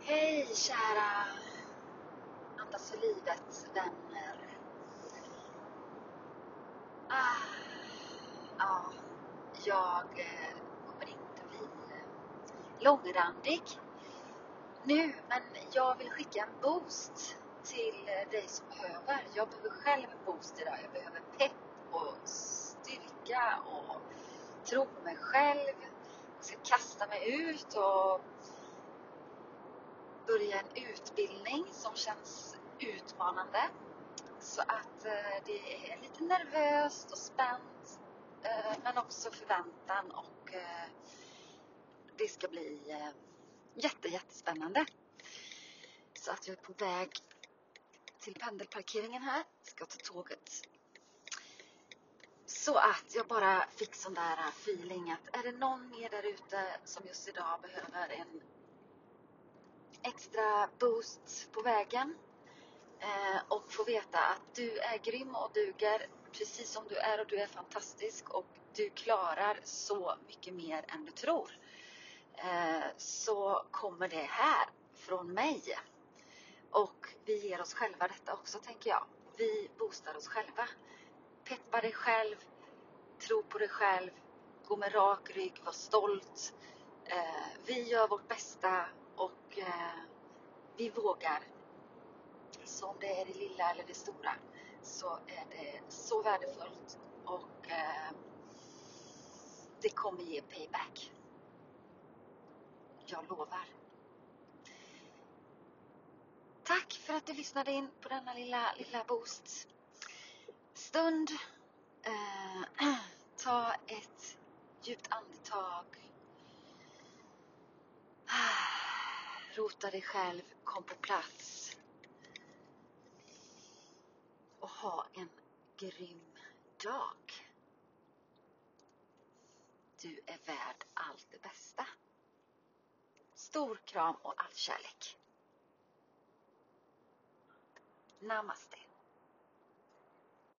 Hej kära Andas för livet vänner. Ah, ja, jag kommer inte bli långrandig nu, men jag vill skicka en boost till dig som behöver. Jag behöver själv en boost idag. Jag behöver pepp och styrka och tro på mig själv. Jag ska kasta mig ut och börja en utbildning som känns utmanande. Så att det är lite nervöst och spänt, men också förväntan, och det ska bli jättespännande. Så att jag är på väg till pendelparkeringen här, ska ta tåget. Så att jag bara fick sån där feeling att är det någon mer där ute som just idag behöver en extra boost på vägen, och få veta att du är grym och duger precis som du är, och du är fantastisk och du klarar så mycket mer än du tror, så kommer det här från mig. Och vi ger oss själva detta också, tänker jag. Vi boostar oss själva. Peppa dig själv, tro på dig själv, gå med rak rygg, var stolt. Vi gör vårt bästa och vi vågar. Så om det är det lilla eller det stora, så är det så värdefullt, och det kommer ge payback. Jag lovar. Tack för att du lyssnade in på denna lilla boost stund. Ta ett djupt andetag. Rota dig själv, kom på plats. Och ha en grym dag. Du är värd allt det bästa. Stor kram och all kärlek. Namaste.